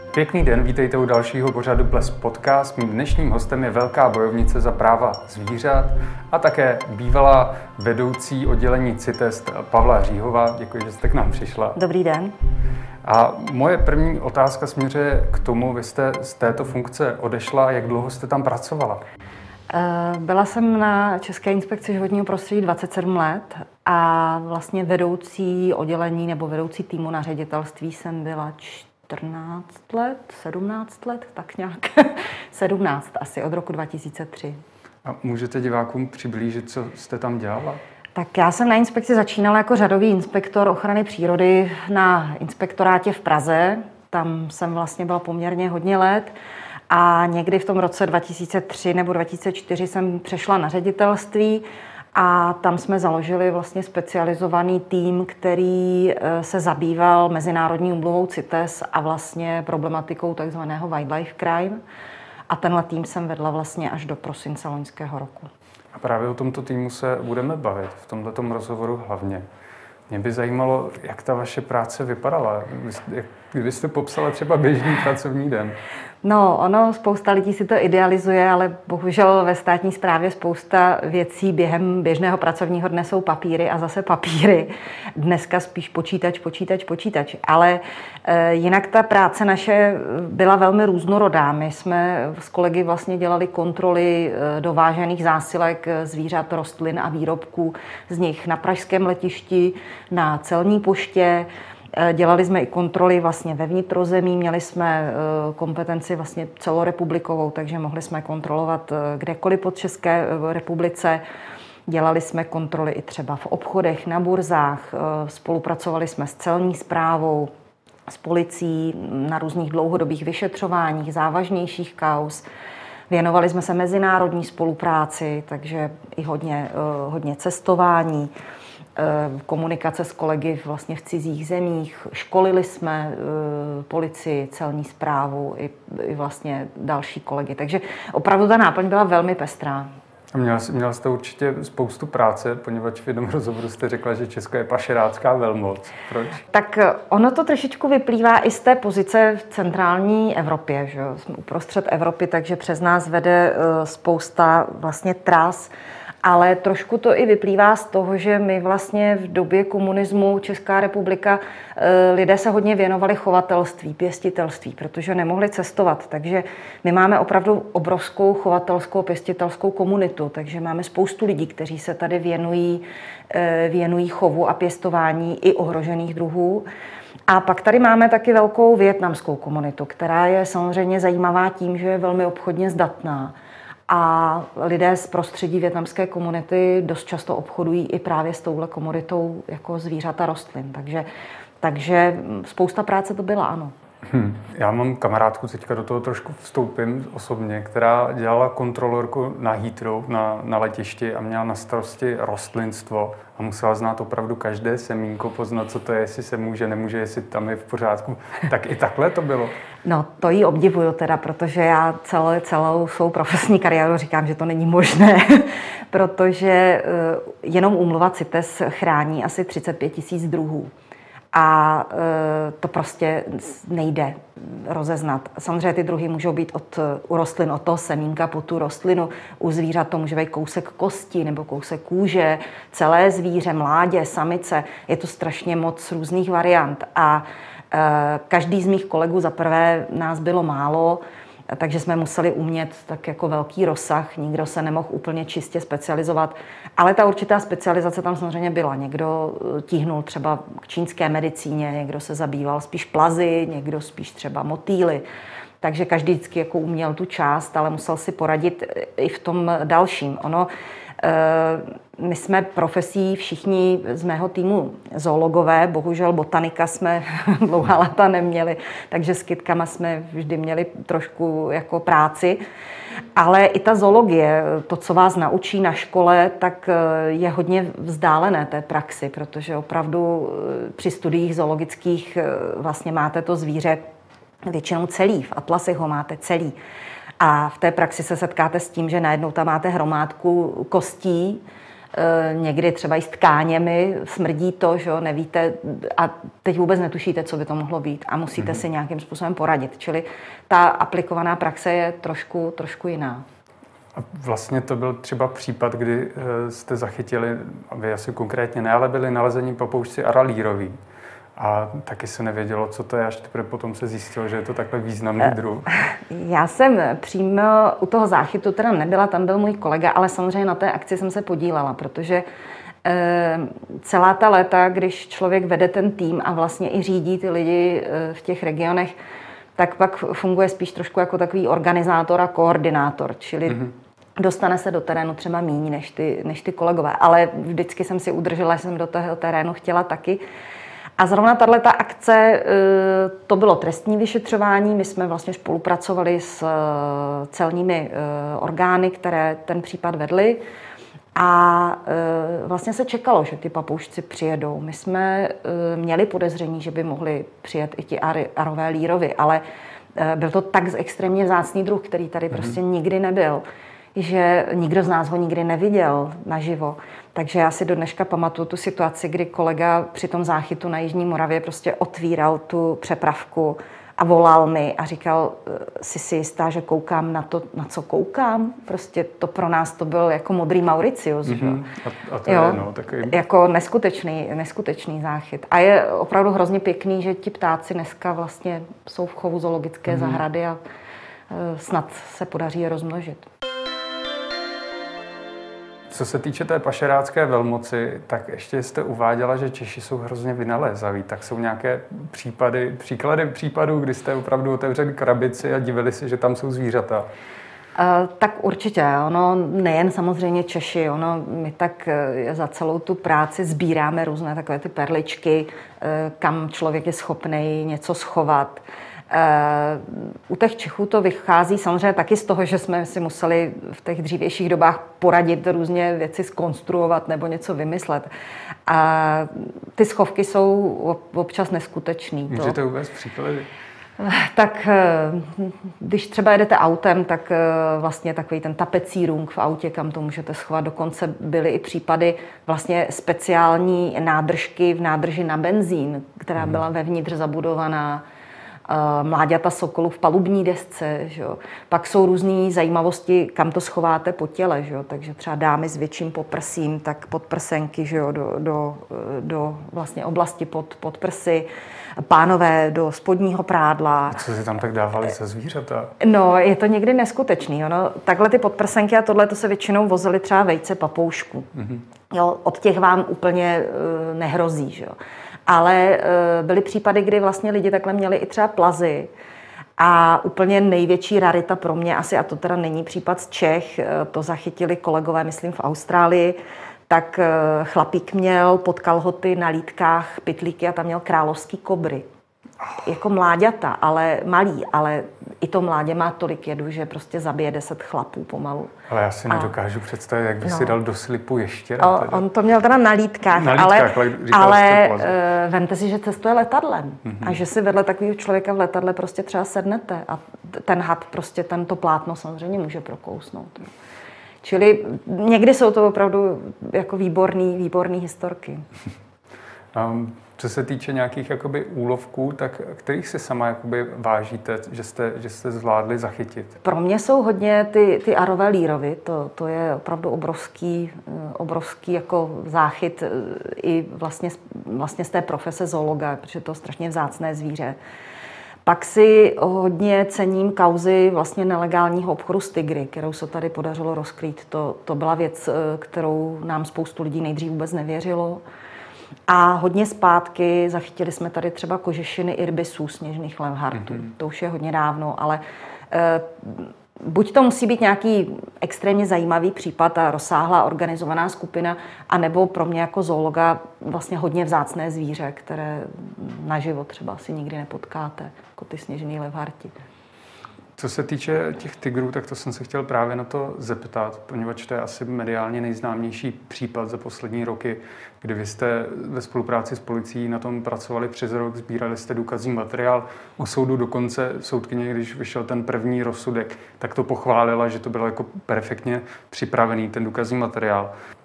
Pěkný den, vítejte u dalšího pořadu Ples Podcast. Mým dnešním hostem je velká bojovnice za práva zvířat a také bývalá vedoucí oddělení CITES Pavla Říhová. Děkuji, že jste k nám přišla. Dobrý den. A moje první otázka směřuje k tomu, vy jste z této funkce odešla, jak dlouho jste tam pracovala? Byla jsem na České inspekci životního prostředí 27 let a vlastně vedoucí oddělení nebo vedoucí týmu na ředitelství jsem byla 14 let, 17 let, tak nějak 17 asi od roku 2003. A můžete divákům přiblížit, co jste tam dělala? Tak já jsem na inspekci začínala jako řadový inspektor ochrany přírody na inspektorátě v Praze. Tam jsem vlastně byla poměrně hodně let. A někdy v tom roce 2003 nebo 2004 jsem přešla na ředitelství a tam jsme založili vlastně specializovaný tým, který se zabýval mezinárodní úmluvou CITES a vlastně problematikou takzvaného wildlife crime. A tenhle tým jsem vedla vlastně až do prosince loňského roku. A právě o tomto týmu se budeme bavit v tomto rozhovoru hlavně. Mě by zajímalo, jak ta vaše práce vypadala. Kdybyste popsala třeba běžný pracovní den. No, ono, spousta lidí si to idealizuje, ale bohužel ve státní správě spousta věcí během běžného pracovního dne jsou papíry a zase papíry. Dneska spíš počítač. Ale jinak ta práce naše byla velmi různorodá. My jsme s kolegy vlastně dělali kontroly dovážených zásilek zvířat, rostlin a výrobků z nich na pražském letišti, na celní poště. Dělali jsme i kontroly vlastně ve vnitrozemí, měli jsme kompetenci vlastně celorepublikovou, takže mohli jsme kontrolovat kdekoliv po České republice. Dělali jsme kontroly i třeba v obchodech, na burzách, spolupracovali jsme s celní správou, s policií na různých dlouhodobých vyšetřováních, závažnějších kauz. Věnovali jsme se mezinárodní spolupráci, takže i hodně cestování. Komunikace s kolegy vlastně v cizích zemích. Školili jsme policii, celní správu i vlastně další kolegy. Takže opravdu ta náplň byla velmi pestrá. A měla jste určitě spoustu práce, poněvadž v jednom rozhovoru jste řekla, že Česko je pašerácká velmoc. Proč? Tak ono to trošičku vyplývá i z té pozice v centrální Evropě. Že? Jsme uprostřed Evropy, takže přes nás vede spousta vlastně tras. Ale trošku to i vyplývá z toho, že my vlastně v době komunismu Česká republika lidé se hodně věnovali chovatelství, pěstitelství, protože nemohli cestovat. Takže my máme opravdu obrovskou chovatelskou, pěstitelskou komunitu, takže máme spoustu lidí, kteří se tady věnují chovu a pěstování i ohrožených druhů. A pak tady máme taky velkou vietnamskou komunitu, která je samozřejmě zajímavá tím, že je velmi obchodně zdatná. A lidé z prostředí vietnamské komunity dost často obchodují i právě s touhle komoditou jako zvířata rostlin. Takže spousta práce to byla, ano. Já mám kamarádku, teďka do toho trošku vstoupím osobně, která dělala kontrolorku na Heathrow, na letišti a měla na starosti rostlinstvo a musela znát opravdu každé semínko, poznat, co to je, jestli se může, nemůže, jestli tam je v pořádku. Tak i takhle to bylo? No, to jí obdivuju teda, protože já celou svou profesní kariéru říkám, že to není možné, protože jenom úmluva CITES chrání asi 35 000 druhů. A to prostě nejde rozeznat. Samozřejmě ty druhy můžou být u rostlin od toho semínka po tu rostlinu. U zvířat to může být kousek kosti nebo kousek kůže, celé zvíře, mládě, samice. Je to strašně moc různých variant. A každý z mých kolegů, za prvé nás bylo málo, takže jsme museli umět tak jako velký rozsah, nikdo se nemohl úplně čistě specializovat, ale ta určitá specializace tam samozřejmě byla. Někdo tíhnul třeba k čínské medicíně, někdo se zabýval spíš plazy, někdo spíš třeba motýly. Takže každý vždycky jako uměl tu část, ale musel si poradit i v tom dalším. My jsme profesí všichni z mého týmu zoologové, bohužel botanika jsme dlouhá léta neměli, takže s kytkama jsme vždy měli trošku jako práci. Ale i ta zoologie, to, co vás naučí na škole, tak je hodně vzdálené té praxi, protože opravdu při studiích zoologických vlastně máte to zvíře většinou celý, v atlasech ho máte celý. A v té praxi se setkáte s tím, že najednou tam máte hromádku kostí někdy třeba i s tkáněmi, smrdí to, že jo, nevíte a teď vůbec netušíte, co by to mohlo být a musíte si nějakým způsobem poradit. Čili ta aplikovaná praxe je trošku jiná. A vlastně to byl třeba případ, kdy jste zachytili, vy asi konkrétně ne, ale byli nalezení papoušci aralíroví. A taky se nevědělo, co to je, až teprve potom se zjistilo, že je to takhle významný druh. Já jsem přímo u toho záchytu teda nebyla, tam byl můj kolega, ale samozřejmě na té akci jsem se podílela, protože celá ta léta, když člověk vede ten tým a vlastně i řídí ty lidi v těch regionech, tak pak funguje spíš trošku jako takový organizátor a koordinátor, čili dostane se do terénu třeba míň než ty kolegové, ale vždycky jsem si udržela, že jsem do toho terénu chtěla taky. A zrovna tato akce, to bylo trestní vyšetřování, my jsme vlastně spolupracovali s celními orgány, které ten případ vedly a vlastně se čekalo, že ty papoušci přijedou. My jsme měli podezření, že by mohli přijet i ti arové lírovi, ale byl to tak extrémně vzácný druh, který tady prostě nikdy nebyl, že nikdo z nás ho nikdy neviděl naživo. Takže já si do dneška pamatuju tu situaci, kdy kolega při tom záchytu na Jižní Moravě prostě otvíral tu přepravku a volal mi a říkal, si jistá, že koukám na to, na co koukám? Prostě to pro nás to byl jako modrý Mauricius. A to je takový... Jako neskutečný záchyt. A je opravdu hrozně pěkný, že ti ptáci dneska vlastně jsou v chovu zoologické zahrady a snad se podaří je rozmnožit. Co se týče té pašerácké velmoci, tak ještě jste uváděla, že Češi jsou hrozně vynalézaví. Tak jsou nějaké příklady případů, kdy jste opravdu otevřeli krabici a divili se, že tam jsou zvířata? Tak určitě. Ono nejen samozřejmě Češi. My tak za celou tu práci sbíráme různé takové ty perličky, kam člověk je schopný něco schovat. U těch Čechů to vychází samozřejmě taky z toho, že jsme si museli v těch dřívějších dobách poradit různě věci zkonstruovat nebo něco vymyslet. A ty schovky jsou občas neskutečný. Můžete uvést příklady? Tak když třeba jedete autem, tak vlastně takový ten tapecírung v autě, kam to můžete schovat. Dokonce byly i případy vlastně speciální nádržky v nádrži na benzín, která byla vevnitř zabudovaná. Mláďata sokolů v palubní desce. Že jo. Pak jsou různé zajímavosti, kam to schováte po těle. Že jo. Takže třeba dámy s větším poprsím, tak podprsenky, že jo, do vlastně oblasti pod prsy, pánové do spodního prádla. A co si tam tak dávali za zvířata? No, je to někdy neskutečný. Takhle ty podprsenky a tohle to se většinou vozily třeba vejce papoušku. Jo, od těch vám úplně nehrozí. Že jo. Ale byly případy, kdy vlastně lidi takhle měli i třeba plazy. A úplně největší rarita pro mě asi, a to teda není případ z Čech, to zachytili kolegové, myslím, v Austrálii, tak chlapík měl pod kalhoty na lítkách pytlíky a tam měl královský kobry. Jako mláďata, ale malý, ale i to mládě má tolik jedu, že prostě zabije 10 chlapů pomalu. Ale já si nedokážu představit, jak by si dal do slipu ještěra. On to měl teda na lítkách, ale vemte si, že cestuje letadlem a že si vedle takového člověka v letadle prostě třeba sednete a ten had prostě tento plátno samozřejmě může prokousnout. Čili někdy jsou to opravdu jako výborný historky. Co se týče nějakých jakoby úlovků, tak kterých si sama jakoby vážíte, že jste zvládli zachytit? Pro mě jsou hodně ty arové lírovy, to je opravdu obrovský jako záchyt i vlastně z té profese zoologa, protože to je strašně vzácné zvíře. Pak si hodně cením kauzy vlastně nelegálního obchodu s tygry, kterou se tady podařilo rozkrýt. To byla věc, kterou nám spoustu lidí nejdřív vůbec nevěřilo. A hodně zpátky zachytili jsme tady třeba kožešiny irbisů, sněžných levhartů. To už je hodně dávno, ale buď to musí být nějaký extrémně zajímavý případ a rozsáhlá organizovaná skupina, anebo pro mě jako zoologa vlastně hodně vzácné zvíře, které naživo třeba si nikdy nepotkáte, jako ty sněžný levharti. Co se týče těch tygrů, tak to jsem se chtěl právě na to zeptat, poněvadž to je asi mediálně nejznámější případ za poslední roky, kdy vy jste ve spolupráci s policií na tom pracovali přes rok, sbírali jste důkazní materiál. U soudu dokonce soudkyně, když vyšel ten první rozsudek, tak to pochválila, že to bylo jako perfektně připravený ten důkazní materiál.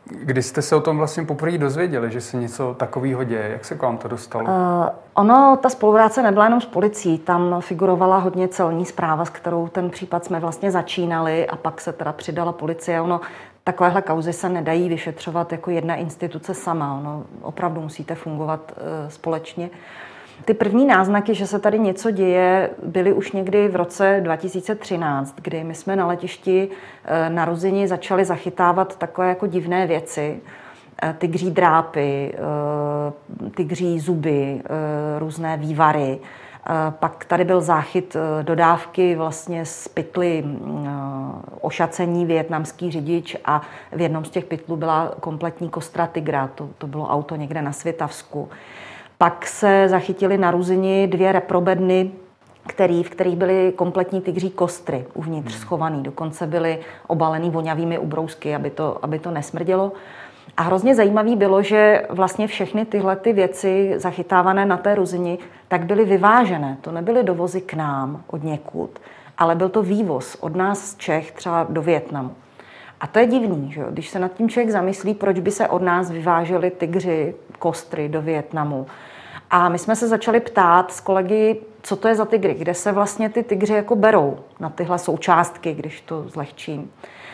Kdy jste se o tom vlastně poprvé dozvěděli, že se něco takového děje? Jak se k vám to dostalo? Ta spolupráce nebyla jenom s policií, tam figurovala hodně celní správa, s kterou ten případ jsme vlastně začínali a pak se teda přidala policie. Takovéhle kauzy se nedají vyšetřovat jako jedna instituce sama. Opravdu musíte fungovat společně. Ty první náznaky, že se tady něco děje, byly už někdy v roce 2013, kdy my jsme na letišti na Ruzini začali zachytávat takové jako divné věci. Tygří drápy, tygří zuby, různé vývary. Pak tady byl záchyt dodávky vlastně z pytly ošacení vietnamský řidič a v jednom z těch pytlů byla kompletní kostra tygra. To bylo auto někde na Světavsku. Pak se zachytily na Ruzini 2 reprobedny, v kterých byly kompletní tygří kostry uvnitř schovaný. Dokonce byly obalený voňavými ubrousky, aby to nesmrdělo. A hrozně zajímavý bylo, že vlastně všechny tyhle ty věci zachytávané na té Ruzini, tak byly vyvážené. To nebyly dovozy k nám od někud, ale byl to vývoz od nás z Čech třeba do Vietnamu. A to je divný, že? Když se nad tím člověk zamyslí, proč by se od nás vyvážely tygři, kostry do Vietnamu. A my jsme se začali ptát s kolegy, co to je za tygry, kde se vlastně ty tygři jako berou na tyhle součástky, když to zlehčím.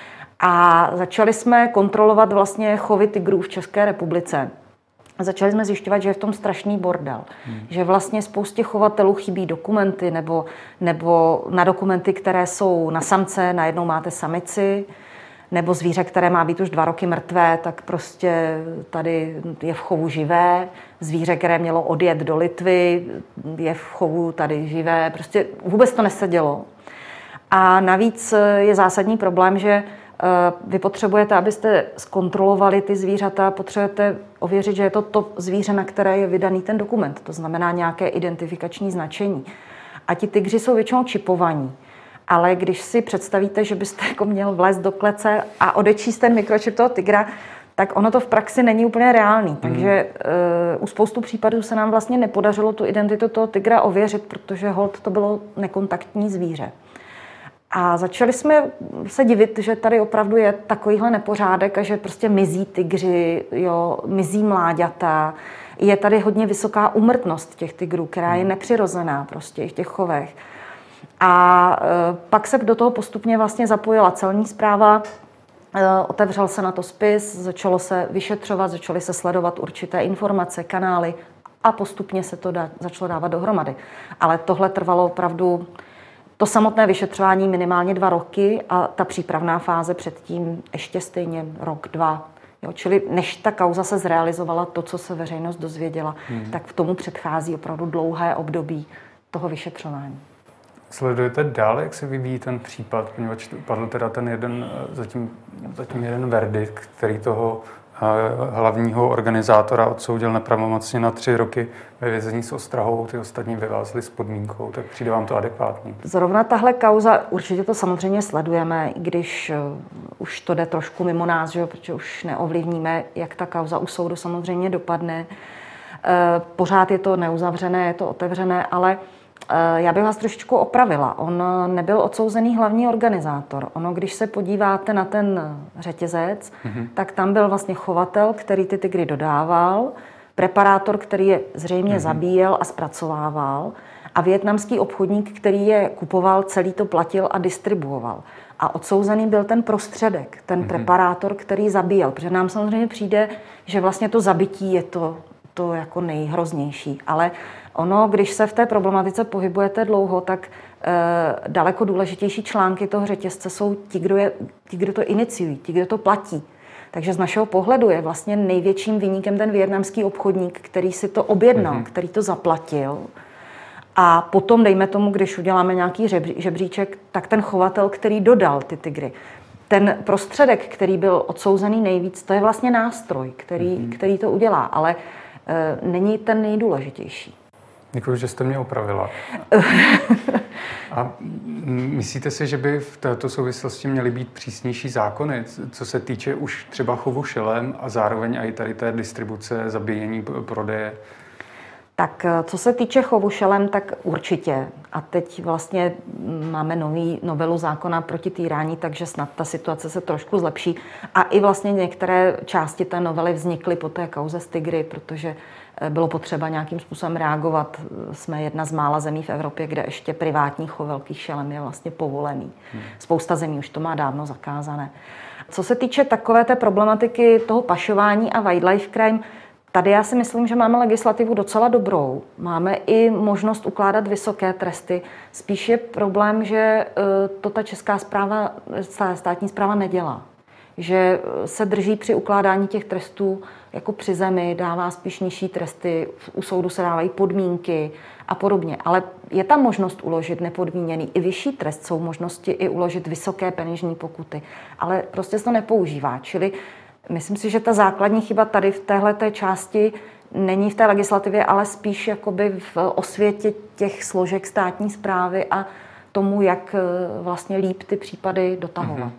A začali jsme kontrolovat vlastně chovy tygrů v České republice. Začali jsme zjišťovat, že je v tom strašný bordel. Že vlastně spoustě chovatelů chybí dokumenty nebo na dokumenty, které jsou na samce, najednou máte samici, nebo zvíře, které má být už 2 roky mrtvé, tak prostě tady je v chovu živé. Zvíře, které mělo odjet do Litvy, je v chovu tady živé. Prostě vůbec to nesedělo. A navíc je zásadní problém, že vy potřebujete, abyste zkontrolovali ty zvířata, potřebujete ověřit, že je to zvíře, na které je vydaný ten dokument. To znamená nějaké identifikační značení. A ti tygři jsou většinou čipovaní. Ale když si představíte, že byste jako měl vlézt do klece a odečíst ten mikročip toho tygra, tak ono to v praxi není úplně reálný. Takže u spoustu případů se nám vlastně nepodařilo tu identitu toho tygra ověřit, protože holt to bylo nekontaktní zvíře. A začali jsme se divit, že tady opravdu je takovýhle nepořádek a že prostě mizí tygři, mizí mláďata. Je tady hodně vysoká úmrtnost těch tygrů, která je nepřirozená prostě v těch chovech. A pak se do toho postupně vlastně zapojila celní správa, otevřel se na to spis, začalo se vyšetřovat, začaly se sledovat určité informace, kanály a postupně se to začalo dávat dohromady. Ale tohle trvalo opravdu to samotné vyšetřování minimálně 2 roky a ta přípravná fáze předtím ještě stejně 1, 2 roky. Čili než ta kauza se zrealizovala, to, co se veřejnost dozvěděla, tak v tomu předchází opravdu dlouhé období toho vyšetřování. Sledujete dál, jak se vyvíjí ten případ, poněvadž padl teda ten zatím jeden verdikt, který toho hlavního organizátora odsoudil nepravomocně na 3 roky ve vězení s ostrahou, ty ostatní vyvázli s podmínkou, tak přijde vám to adekvátní? Zrovna tahle kauza, určitě to samozřejmě sledujeme, i když už to jde trošku mimo nás, že? Protože už neovlivníme, jak ta kauza u soudu samozřejmě dopadne. Pořád je to neuzavřené, je to otevřené, ale já bych vás trošičku opravila. On nebyl odsouzený hlavní organizátor. Když se podíváte na ten řetězec, tak tam byl vlastně chovatel, který ty tygry dodával, preparátor, který je zřejmě zabíjel a zpracovával a vietnamský obchodník, který je kupoval, celý to platil a distribuoval. A odsouzený byl ten prostředek, ten preparátor, který zabíjel. Protože nám samozřejmě přijde, že vlastně to zabití je to jako nejhroznější. Ale když se v té problematice pohybujete dlouho, tak daleko důležitější články toho řetězce jsou ti, kdo to iniciují, ti, kdo to platí. Takže z našeho pohledu je vlastně největším viníkem ten vietnamský obchodník, který si to objednal, který to zaplatil. A potom, dejme tomu, když uděláme nějaký žebříček, tak ten chovatel, který dodal ty tygry. Ten prostředek, který byl odsouzený nejvíc, to je vlastně nástroj, který to udělá, ale není ten nejdůležitější. Děkuji, že jste mě opravila. A myslíte si, že by v této souvislosti měly být přísnější zákony, co se týče už třeba chovu šelem a zároveň i tady té distribuce, zabíjení, prodeje? Tak co se týče chovu šelem, tak určitě. A teď vlastně máme novelu zákona proti týrání, takže snad ta situace se trošku zlepší. A i vlastně některé části té novely vznikly po té kauze s tygry, protože bylo potřeba nějakým způsobem reagovat. Jsme jedna z mála zemí v Evropě, kde ještě privátní chov velkých šelem je vlastně povolený. Spousta zemí už to má dávno zakázané. Co se týče takové té problematiky toho pašování a wildlife crime, tady já si myslím, že máme legislativu docela dobrou. Máme i možnost ukládat vysoké tresty. Spíš je problém, že to ta česká státní správa nedělá. Že se drží při ukládání těch trestů jako při zemi, dává spíš nižší tresty, u soudu se dávají podmínky a podobně. Ale je tam možnost uložit nepodmíněný i vyšší trest, jsou možnosti i uložit vysoké peněžní pokuty, ale prostě se to nepoužívá. Čili myslím si, že ta základní chyba tady v téhleté části není v té legislativě, ale spíš jakoby v osvětě těch složek státní správy a tomu, jak vlastně líp ty případy dotahovat.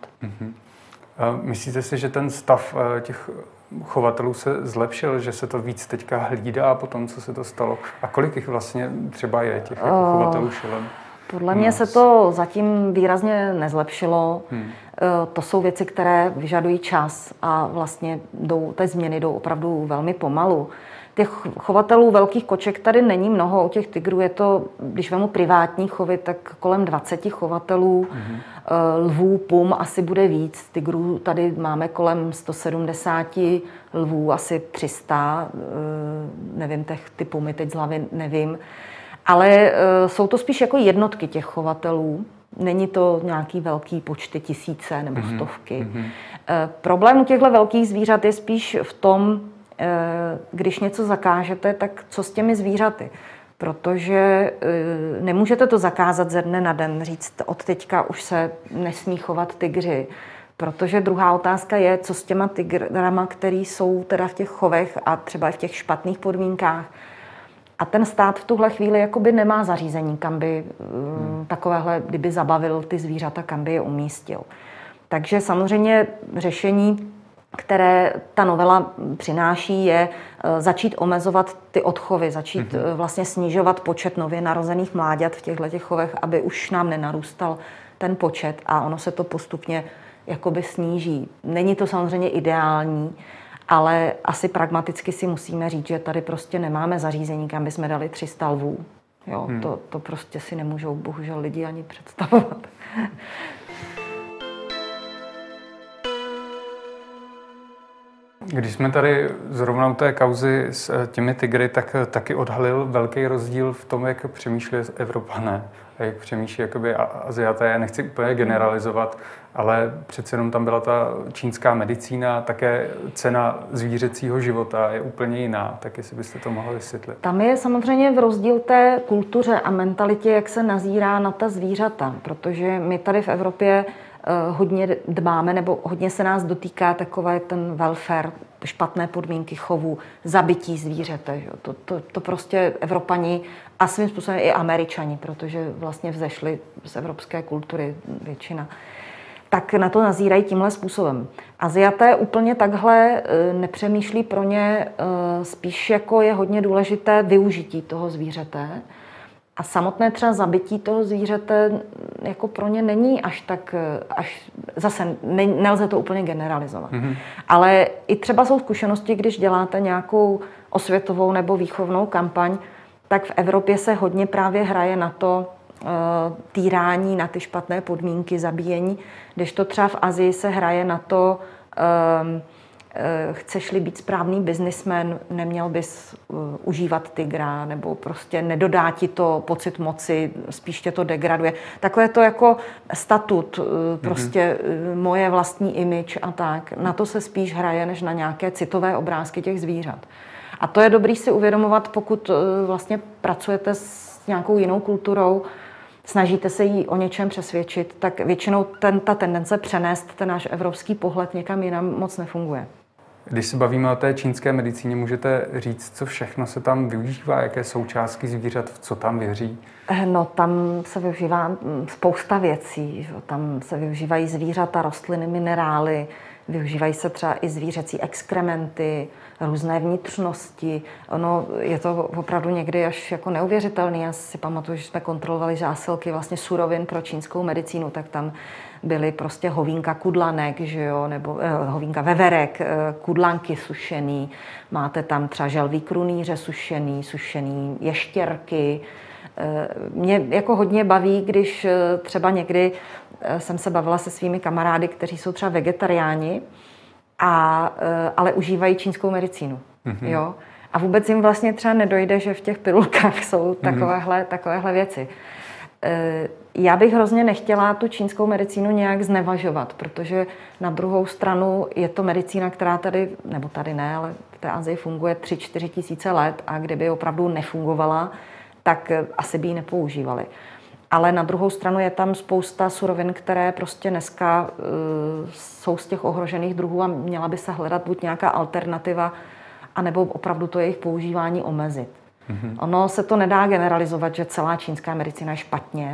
Myslíte si, že ten stav těch chovatelů se zlepšil, že se to víc teďka hlídá po tom, co se to stalo? A kolik jich vlastně třeba je, těch chovatelů šelem? Podle mě se to zatím výrazně nezlepšilo. To jsou věci, které vyžadují čas a vlastně ty změny jdou opravdu velmi pomalu. Těch chovatelů velkých koček tady není mnoho, u těch tygrů je to, když vemu privátní chovy, tak kolem 20 chovatelů, lvů, pum asi bude víc, tygrů tady máme kolem 170 lvů, asi 300, nevím, ty pumy teď z hlavy nevím, ale jsou to spíš jako jednotky těch chovatelů, není to nějaký velký počty, tisíce nebo stovky. Problém u těchto velkých zvířat je spíš v tom, když něco zakážete, tak co s těmi zvířaty? Protože nemůžete to zakázat ze dne na den, říct od teďka už se nesmí chovat tygři. Protože druhá otázka je, co s těma tygrama, který jsou teda v těch chovech a třeba i v těch špatných podmínkách. A ten stát v tuhle chvíli jakoby nemá zařízení, kam by takovéhle, kdyby zabavil ty zvířata, kam by je umístil. Takže samozřejmě řešení, které ta novela přináší, je začít omezovat ty odchovy, začít vlastně snižovat počet nově narozených mláďat v těchto chovech, aby už nám nenarůstal ten počet a ono se to postupně jakoby sníží. Není to samozřejmě ideální, ale asi pragmaticky si musíme říct, že tady prostě nemáme zařízení, kam bychom dali 300 lvů. Jo, to prostě si nemůžou bohužel lidi ani představovat. Když jsme tady zrovna u té kauzy s těmi tygry, tak taky odhalil velký rozdíl v tom, jak přemýšlí Evropané a jak přemýšlí jakoby Aziaté. Já nechci úplně generalizovat, ale přece jenom tam byla ta čínská medicína, také cena zvířecího života je úplně jiná. Tak jestli byste to mohli vysvětlit. Tam je samozřejmě v rozdíl té kultuře a mentalitě, jak se nazírá na ta zvířata, protože my tady v Evropě hodně dbáme, nebo hodně se nás dotýká takové ten welfare, špatné podmínky chovu, zabití zvířete. To prostě Evropani a svým způsobem i Američani, protože vlastně vzešli z evropské kultury většina, tak na to nazírají tímhle způsobem. Aziaté úplně takhle nepřemýšlí, pro ně spíš jako je hodně důležité využití toho zvířete. A samotné třeba zabití toho zvířete jako pro ně není zase nelze to úplně generalizovat. Ale i třeba jsou zkušenosti, když děláte nějakou osvětovou nebo výchovnou kampaň, tak v Evropě se hodně právě hraje na to týrání, na ty špatné podmínky zabíjení, kdežto třeba v Asii se hraje na to, chceš-li být správný biznismen, neměl bys užívat tygra, nebo prostě nedodá ti to pocit moci, spíš tě to degraduje. Takové to jako statut, prostě moje vlastní image a tak. Na to se spíš hraje, než na nějaké citové obrázky těch zvířat. A to je dobrý si uvědomovat, pokud vlastně pracujete s nějakou jinou kulturou, snažíte se jí o něčem přesvědčit, tak většinou ta tendence přenést ten náš evropský pohled někam jinam moc nefunguje. Když se bavíme o té čínské medicíně, můžete říct, co všechno se tam využívá, jaké součástky zvířat, v co tam věří? No, tam se využívá spousta věcí. Že? Tam se využívají zvířata, rostliny, minerály, využívají se třeba i zvířecí exkrementy, různé vnitřnosti. Ono je to opravdu někdy až jako neuvěřitelné. Já si pamatuju, že jsme kontrolovali zásilky vlastně surovin pro čínskou medicínu, tak tam byly prostě hovínka kudlanek, že jo, nebo hovínka veverek, kudlanky sušený. Máte tam třeba želví krunýře sušený ještěrky. Mě jako hodně baví, když třeba někdy jsem se bavila se svými kamarády, kteří jsou třeba vegetariáni, ale užívají čínskou medicínu. Mm-hmm. Jo? A vůbec jim vlastně třeba nedojde, že v těch pilulkách jsou takovéhle věci. Já bych hrozně nechtěla tu čínskou medicínu nějak znevažovat, protože na druhou stranu je to medicína, která tady ne, ale v té Asii funguje 3-4 tisíce let a kdyby opravdu nefungovala, tak asi by ji nepoužívali. Ale na druhou stranu je tam spousta surovin, které prostě dneska jsou z těch ohrožených druhů a měla by se hledat buď nějaká alternativa, anebo opravdu to jejich používání omezit. Mm-hmm. Ono se to nedá generalizovat, že celá čínská medicína je špatně,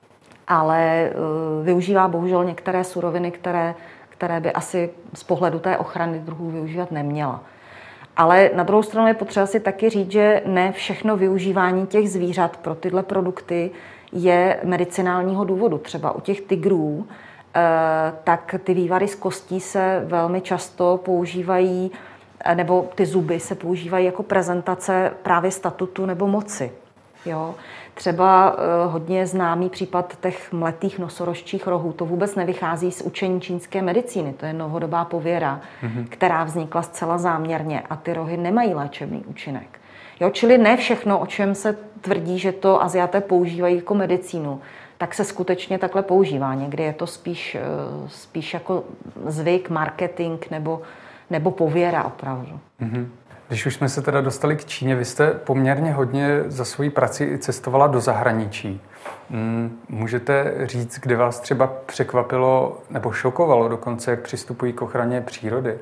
ale využívá bohužel některé suroviny, které by asi z pohledu té ochrany druhů využívat neměla. Ale na druhou stranu je potřeba si taky říct, že ne všechno využívání těch zvířat pro tyhle produkty je medicinálního důvodu. Třeba u těch tygrů, tak ty vývary z kostí se velmi často používají, nebo ty zuby se používají jako prezentace právě statutu nebo moci. Jo? Třeba hodně známý případ těch mletých nosorožčích rohů, to vůbec nevychází z učení čínské medicíny, to je novodobá pověra, která vznikla zcela záměrně a ty rohy nemají léčebný účinek. Jo, čili ne všechno, o čem se tvrdí, že to Asiaté používají jako medicínu, tak se skutečně takhle používá. Někdy je to spíš jako zvyk, marketing nebo pověra opravdu. Mm-hmm. Když už jsme se teda dostali k Číně, vy jste poměrně hodně za svoji prací cestovala do zahraničí. Můžete říct, kde vás třeba překvapilo nebo šokovalo dokonce, jak přistupují k ochraně přírody?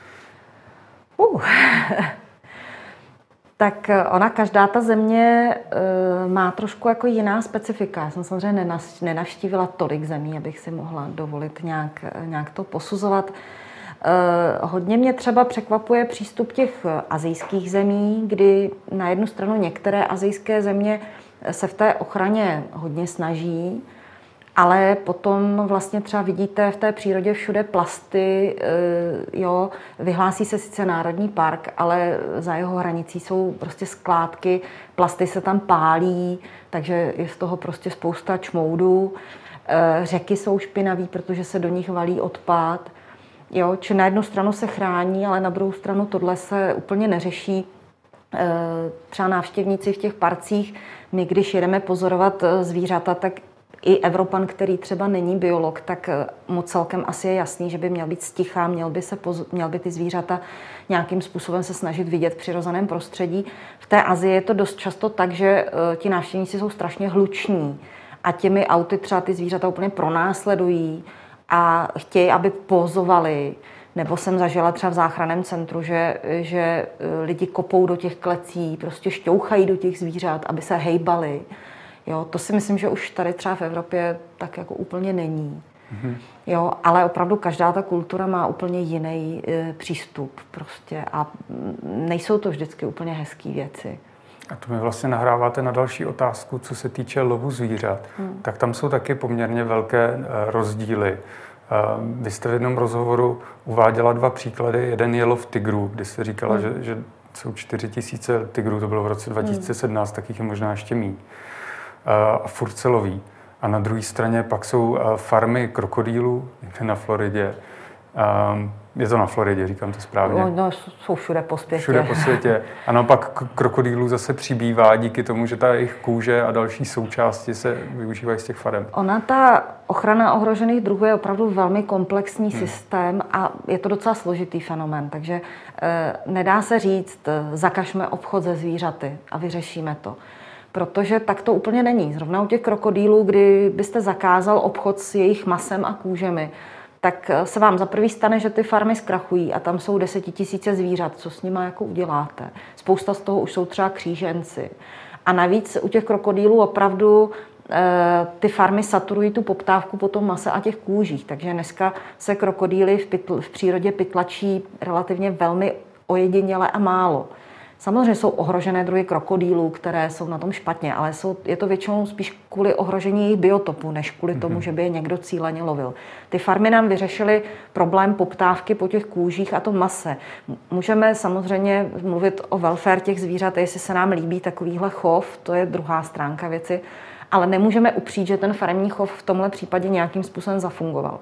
Tak ona, každá ta země má trošku jako jiná specifika. Já jsem samozřejmě nenavštívila tolik zemí, abych si mohla dovolit nějak to posuzovat. Hodně mě třeba překvapuje přístup těch asijských zemí, kdy na jednu stranu některé asijské země se v té ochraně hodně snaží, ale potom vlastně třeba vidíte v té přírodě všude plasty, jo, vyhlásí se sice národní park, ale za jeho hranicí jsou prostě skládky, plasty se tam pálí, takže je z toho prostě spousta čmoudů. Řeky jsou špinaví, protože se do nich valí odpad. Jo, či na jednu stranu se chrání, ale na druhou stranu tohle se úplně neřeší. Třeba návštěvníci v těch parcích, my když jedeme pozorovat zvířata, tak i Evropan, který třeba není biolog, tak mu celkem asi je jasný, že by měl být sticha, měl by ty zvířata nějakým způsobem se snažit vidět v přirozeném prostředí. V té Asii je to dost často tak, že ti návštěvníci jsou strašně hluční a těmi auty třeba ty zvířata úplně pronásledují a chtějí, aby pózovali. Nebo jsem zažila třeba v záchranném centru, že lidi kopou do těch klecí, prostě šťouchají do těch zvířat, aby se hejbali. Jo, to si myslím, že už tady třeba v Evropě tak jako úplně není. Mm-hmm. Jo, ale opravdu každá ta kultura má úplně jiný přístup prostě a nejsou to vždycky úplně hezký věci. A to mi vlastně nahráváte na další otázku, co se týče lovu zvířat. Tak tam jsou taky poměrně velké rozdíly. Vy jste v jednom rozhovoru uváděla 2 příklady. Jeden je lov tygrů, kdy jste říkala, že jsou 4 000 tygrů, to bylo v roce 2017, tak jich je možná ještě míň. A furt se loví. A na druhé straně pak jsou farmy krokodýlů na Floridě. Je to na Floridě, říkám to správně. No, jsou všude po světě. Všude po světě. A naopak krokodýlů zase přibývá díky tomu, že ta jejich kůže a další součásti se využívají z těch farem. Ona, ta ochrana ohrožených druhů je opravdu velmi komplexní systém a je to docela složitý fenomén. Takže nedá se říct, zakažme obchod se zvířaty a vyřešíme to. Protože tak to úplně není. Zrovna u těch krokodýlů, kdy byste zakázal obchod s jejich masem a kůžemi, tak se vám za prvý stane, že ty farmy zkrachují a tam jsou 10 000 zvířat. Co s nima jako uděláte? Spousta z toho už jsou třeba kříženci. A navíc u těch krokodýlů opravdu ty farmy saturují tu poptávku po tom mase a těch kůžích. Takže dneska se krokodýly v přírodě pytlačí relativně velmi ojediněle a málo. Samozřejmě jsou ohrožené druhy krokodýlů, které jsou na tom špatně, ale je to většinou spíš kvůli ohrožení jejich biotopu, než kvůli tomu, že by je někdo cíleně lovil. Ty farmy nám vyřešily problém poptávky po těch kůžích a tom mase. Můžeme samozřejmě mluvit o welfare těch zvířat, jestli se nám líbí takovýhle chov, to je druhá stránka věci, ale nemůžeme upřít, že ten faremní chov v tomhle případě nějakým způsobem zafungoval.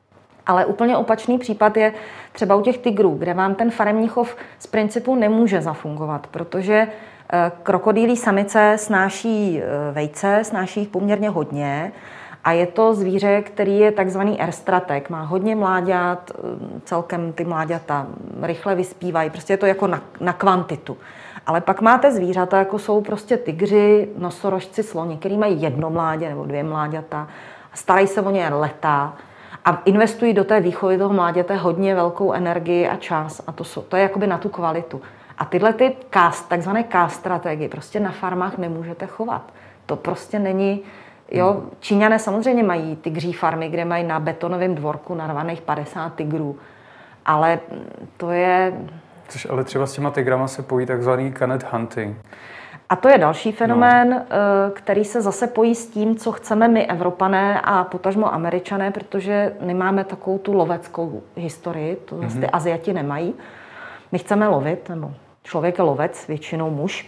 Ale úplně opačný případ je třeba u těch tygrů, kde vám ten faremní chov z principu nemůže zafungovat, protože krokodýlí samice snáší vejce, snáší jich poměrně hodně a je to zvíře, který je takzvaný R-strateg, má hodně mláďat, celkem ty mláďata rychle vyspívají, prostě je to jako na kvantitu. Ale pak máte zvířata, jako jsou prostě tygři, nosorožci, sloni, který mají jedno mládě nebo 2 mláďata, starají se o ně leta a investují do té výchovy toho mláděte hodně velkou energii a čas a to je jakoby na tu kvalitu. A tyhle ty takzvané K-strategie prostě na farmách nemůžete chovat. To prostě není, jo, Číňané samozřejmě mají tygří farmy, kde mají na betonovém dvorku narvaných 50 tygrů, ale to je... Což ale třeba s těma tygrama se pojí takzvaný canet hunting. A to je další fenomén, který se zase pojí s tím, co chceme my, Evropané a potažmo Američané, protože nemáme takovou tu loveckou historii, to zase ty Aziati nemají. My chceme lovit, nebo člověk je lovec, většinou muž,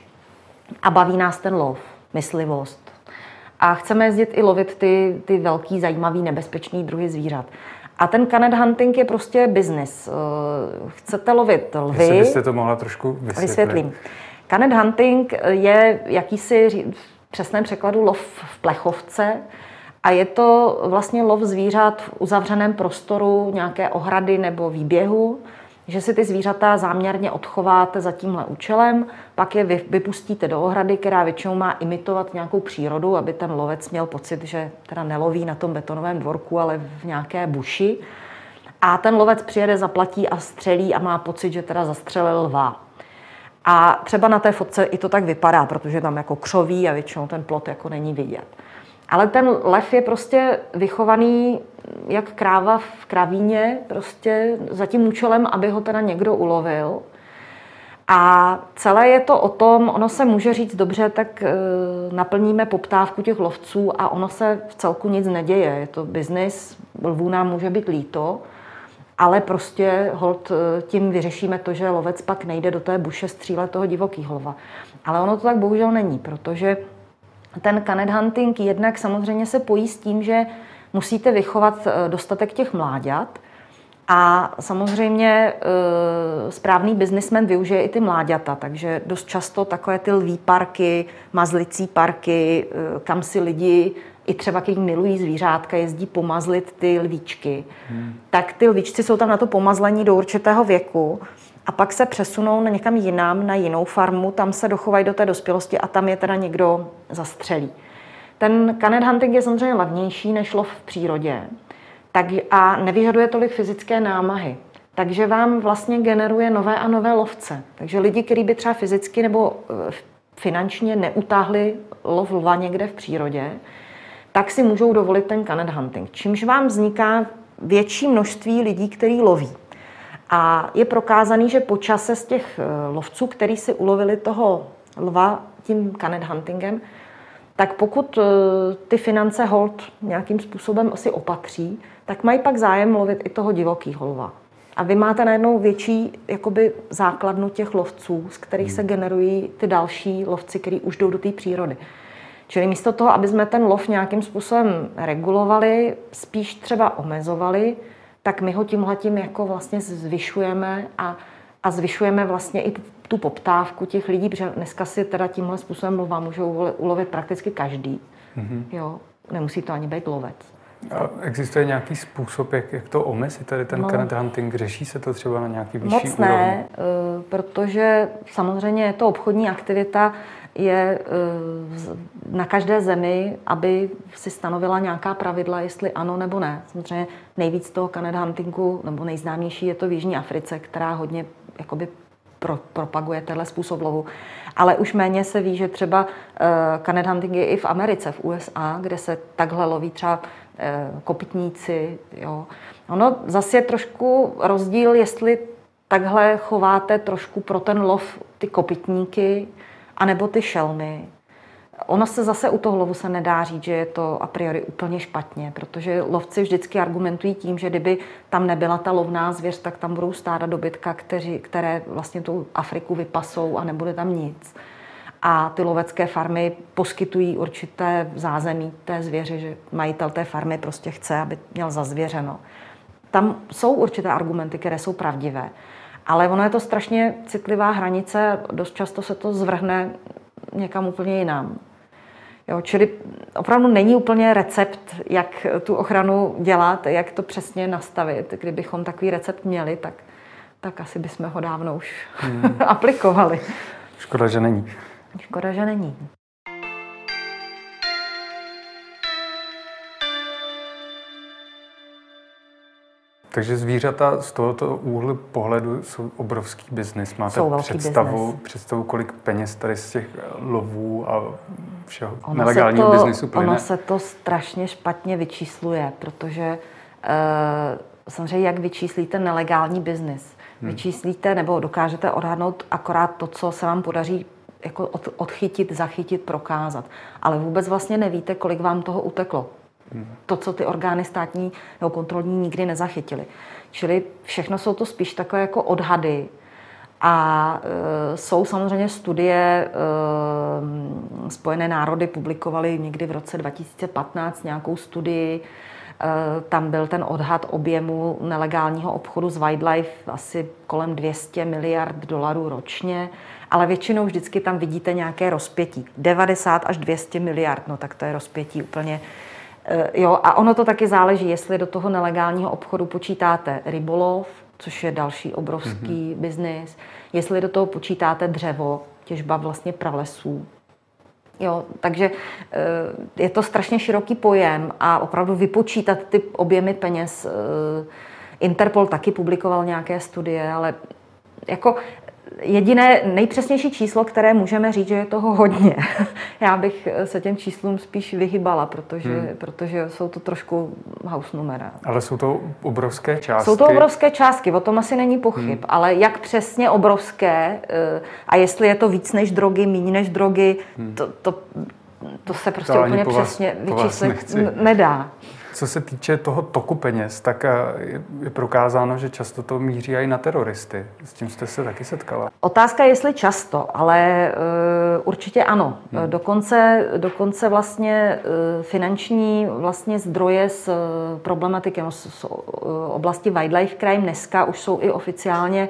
a baví nás ten lov, myslivost. A chceme jezdit i lovit ty velký, zajímavý, nebezpečný druhy zvířat. A ten canet hunting je prostě biznis. Chcete lovit lvy... Jestli byste to mohla trošku vysvětlím. Canet hunting je jakýsi v přesném překladu lov v plechovce a je to vlastně lov zvířat v uzavřeném prostoru nějaké ohrady nebo výběhu, že si ty zvířata záměrně odchováte za tímhle účelem, pak je vypustíte do ohrady, která většinou má imitovat nějakou přírodu, aby ten lovec měl pocit, že teda neloví na tom betonovém dvorku, ale v nějaké buši. A ten lovec přijede, zaplatí a střelí a má pocit, že teda zastřelil lva. A třeba na té fotce i to tak vypadá, protože tam jako křoví a většinou ten plot jako není vidět. Ale ten lev je prostě vychovaný jak kráva v kravíně, prostě za tím účelem, aby ho teda někdo ulovil. A celé je to o tom, ono se může říct dobře, tak naplníme poptávku těch lovců a ono se v celku nic neděje. Je to biznis, lvů nám může být líto, ale prostě holt tím vyřešíme to, že lovec pak nejde do té buše střílet toho divokýho lva. Ale ono to tak bohužel není, protože ten canet hunting jednak samozřejmě se pojí s tím, že musíte vychovat dostatek těch mláďat a samozřejmě správný biznismen využije i ty mláďata, takže dost často takové ty lví parky, mazlicí parky, kam si lidi i třeba, když milují zvířátka, jezdí pomazlit ty lvíčky, tak ty lvíčci jsou tam na to pomazlení do určitého věku a pak se přesunou na někam jinam, na jinou farmu, tam se dochovají do té dospělosti a tam je teda někdo zastřelí. Ten canet hunting je samozřejmě levnější než lov v přírodě a nevyžaduje tolik fyzické námahy. Takže vám vlastně generuje nové a nové lovce. Takže lidi, kteří by třeba fyzicky nebo finančně neutáhli lov lva někde v přírodě, tak si můžou dovolit ten canet hunting. Čímž vám vzniká větší množství lidí, kteří loví. A je prokázaný, že po čase z těch lovců, kteří si ulovili toho lva tím canet huntingem, tak pokud ty finance holt nějakým způsobem si opatří, tak mají pak zájem lovit i toho divokýho lva. A vy máte najednou větší jakoby základnu těch lovců, z kterých se generují ty další lovci, kteří už jdou do té přírody. Čili místo toho, aby jsme ten lov nějakým způsobem regulovali, spíš třeba omezovali, tak my ho tímhletím jako vlastně zvyšujeme a zvyšujeme vlastně i tu poptávku těch lidí, protože dneska si teda tímhle způsobem lva můžou ulovit prakticky každý. Jo, nemusí to ani být lovec. A existuje nějaký způsob, jak to omezit, tady ten canet hunting? Řeší se to třeba na nějaký vyšší úrovni? Moc ne, protože samozřejmě je to obchodní aktivita, je na každé zemi, aby si stanovila nějaká pravidla, jestli ano nebo ne. Samozřejmě nejvíc toho canet huntingu, nebo nejznámější je to v Jižní Africe, která hodně jakoby propaguje tenhle způsob lovu. Ale už méně se ví, že třeba canet hunting je i v Americe, v USA, kde se takhle loví třeba kopytníci. Jo. Ono zase je trošku rozdíl, jestli takhle chováte trošku pro ten lov ty kopytníky, anebo ty šelmy. Ono se zase u toho lovu se nedá říct, že je to a priori úplně špatně, protože lovci vždycky argumentují tím, že kdyby tam nebyla ta lovná zvěř, tak tam budou stáda dobytka, které vlastně tu Afriku vypasou a nebude tam nic. A ty lovecké farmy poskytují určité zázemí té zvěře, že majitel té farmy prostě chce, aby měl zazvěřeno. Tam jsou určité argumenty, které jsou pravdivé, ale ono je to strašně citlivá hranice, dost často se to zvrhne někam úplně jinam. Jo, čili opravdu není úplně recept, jak tu ochranu dělat, jak to přesně nastavit. Kdybychom takový recept měli, tak asi bychom ho dávno už aplikovali. Škoda, že není. Škoda, že není. Takže zvířata z tohoto úhlu pohledu jsou obrovský biznis. Máte představu, kolik peněz tady z těch lovů a všeho nelegálního biznisu plyne? Ono se to strašně špatně vyčísluje, protože samozřejmě jak vyčíslíte nelegální biznis? Vyčíslíte nebo dokážete odhadnout akorát to, co se vám podaří jako odchytit, zachytit, prokázat. Ale vůbec vlastně nevíte, kolik vám toho uteklo. To, co ty orgány státní nebo kontrolní nikdy nezachytily. Čili všechno jsou to spíš takové jako odhady. A jsou samozřejmě studie, Spojené národy publikovaly někdy v roce 2015 nějakou studii, tam byl ten odhad objemu nelegálního obchodu s wildlife asi kolem 200 miliard dolarů ročně, ale většinou vždycky tam vidíte nějaké rozpětí. 90 až 200 miliard, no tak to je rozpětí úplně. Jo, a ono to taky záleží, jestli do toho nelegálního obchodu počítáte rybolov, což je další obrovský biznis, jestli do toho počítáte dřevo, těžba vlastně pralesů. Jo, takže je to strašně široký pojem a opravdu vypočítat ty objemy peněz. Interpol taky publikoval nějaké studie, ale jako jediné nejpřesnější číslo, které můžeme říct, že je toho hodně. Já bych se těm číslům spíš vyhybala, protože jsou to trošku house numera. Ale jsou to obrovské částky. Jsou to obrovské částky, o tom asi není pochyb, ale jak přesně obrovské a jestli je to víc než drogy, méně než drogy, to se prostě to úplně přesně vyčíslit nedá. Co se týče toho toku peněz, tak je prokázáno, že často to míří i na teroristy. S tím jste se taky setkala. Otázka je, jestli často, ale určitě ano. Dokonce vlastně finanční vlastně zdroje z problematiky z oblasti wildlife crime dneska už jsou i oficiálně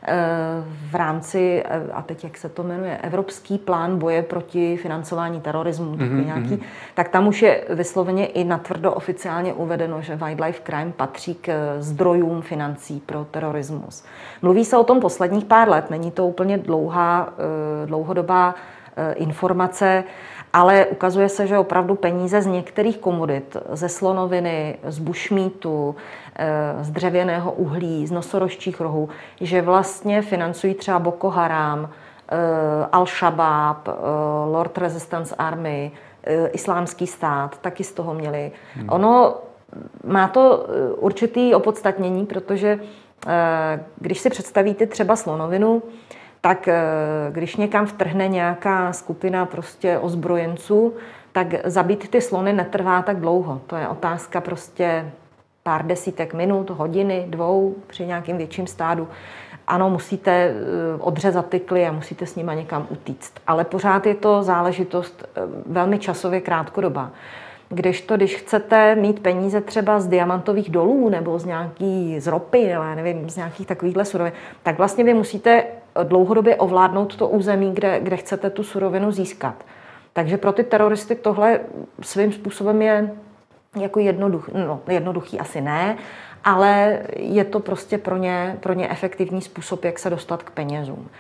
v rámci, a teď jak se to jmenuje, Evropský plán boje proti financování terorismu, tak tam už je vysloveně i natvrdo oficiálně uvedeno, že wildlife crime patří k zdrojům financí pro terorismus. Mluví se o tom posledních pár let, není to úplně dlouhodobá informace, ale ukazuje se, že opravdu peníze z některých komodit, ze slonoviny, z bushmeatu, z dřevěného uhlí, z nosorožčích rohů, že vlastně financují třeba Boko Haram, Al-Shabaab, Lord Resistance Army, Islámský stát, taky z toho měli. Ono má to určitý opodstatnění, protože když si představíte třeba slonovinu, tak když někam vtrhne nějaká skupina prostě ozbrojenců, tak zabít ty slony netrvá tak dlouho. To je otázka prostě pár desítek minut, hodiny, 2 při nějakým větším stádu. Ano, musíte odřezat ty kly a musíte s nima někam utíct. Ale pořád je to záležitost velmi časově krátkodobá. Když chcete mít peníze třeba z diamantových dolů nebo z ropy, nebo já nevím, z nějakých takovýchhle surovin, tak vlastně vy musíte dlouhodobě ovládnout to území, kde chcete tu surovinu získat. Takže pro ty teroristy tohle svým způsobem je jako jednoduchý asi ne, ale je to prostě pro ně efektivní způsob, jak se dostat k penězům.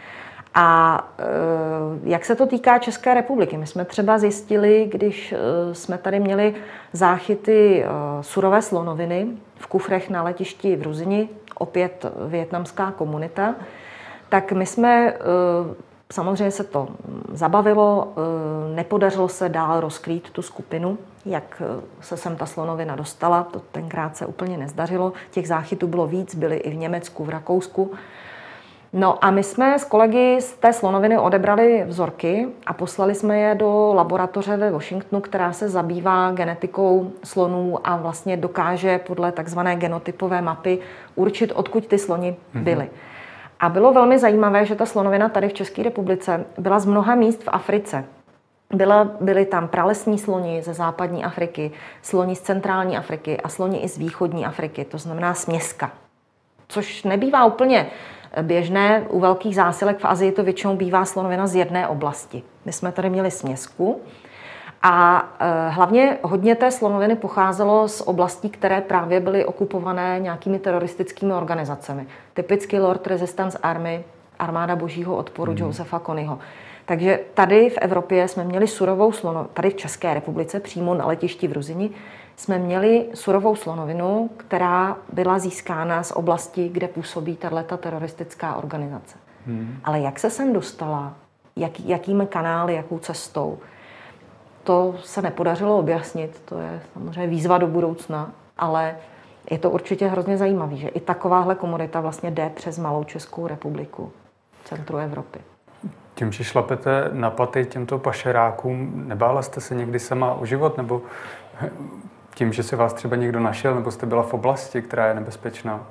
A jak se to týká České republiky? My jsme třeba zjistili, když jsme tady měli záchyty surové slonoviny v kufrech na letišti v Ruzini, opět vietnamská komunita, tak my jsme, samozřejmě se to zabavilo, nepodařilo se dál rozkrýt tu skupinu, jak se sem ta slonovina dostala, to tenkrát se úplně nezdařilo. Těch záchytů bylo víc, byly i v Německu, v Rakousku. No a my jsme s kolegy z té slonoviny odebrali vzorky a poslali jsme je do laboratoře ve Washingtonu, která se zabývá genetikou slonů a vlastně dokáže podle takzvané genotypové mapy určit, odkud ty sloni byly. A bylo velmi zajímavé, že ta slonovina tady v České republice byla z mnoha míst v Africe. Byly tam pralesní sloni ze západní Afriky, sloni z centrální Afriky a sloni i z východní Afriky, to znamená směska. Což nebývá úplně běžné. U velkých zásilek v Asii to většinou bývá slonovina z jedné oblasti. My jsme tady měli směsku a hlavně hodně té slonoviny pocházelo z oblastí, které právě byly okupované nějakými teroristickými organizacemi. Typicky Lord Resistance Army, armáda božího odporu Josepha Konyho. Takže tady v Evropě jsme měli surovou slonovinu, tady v České republice, přímo na letišti v Ruzini, jsme měli surovou slonovinu, která byla získána z oblasti, kde působí tato teroristická organizace. Ale jak se sem dostala, jakými kanály, jakou cestou, to se nepodařilo objasnit. To je samozřejmě výzva do budoucna, ale je to určitě hrozně zajímavé, že i takováhle komodita vlastně jde přes malou Českou republiku, centru Evropy. Tím, že šlapete na paty těmto pašerákům, nebála jste se někdy sama o život, nebo tím, že se vás třeba někdo našel, nebo jste byla v oblasti, která je nebezpečná?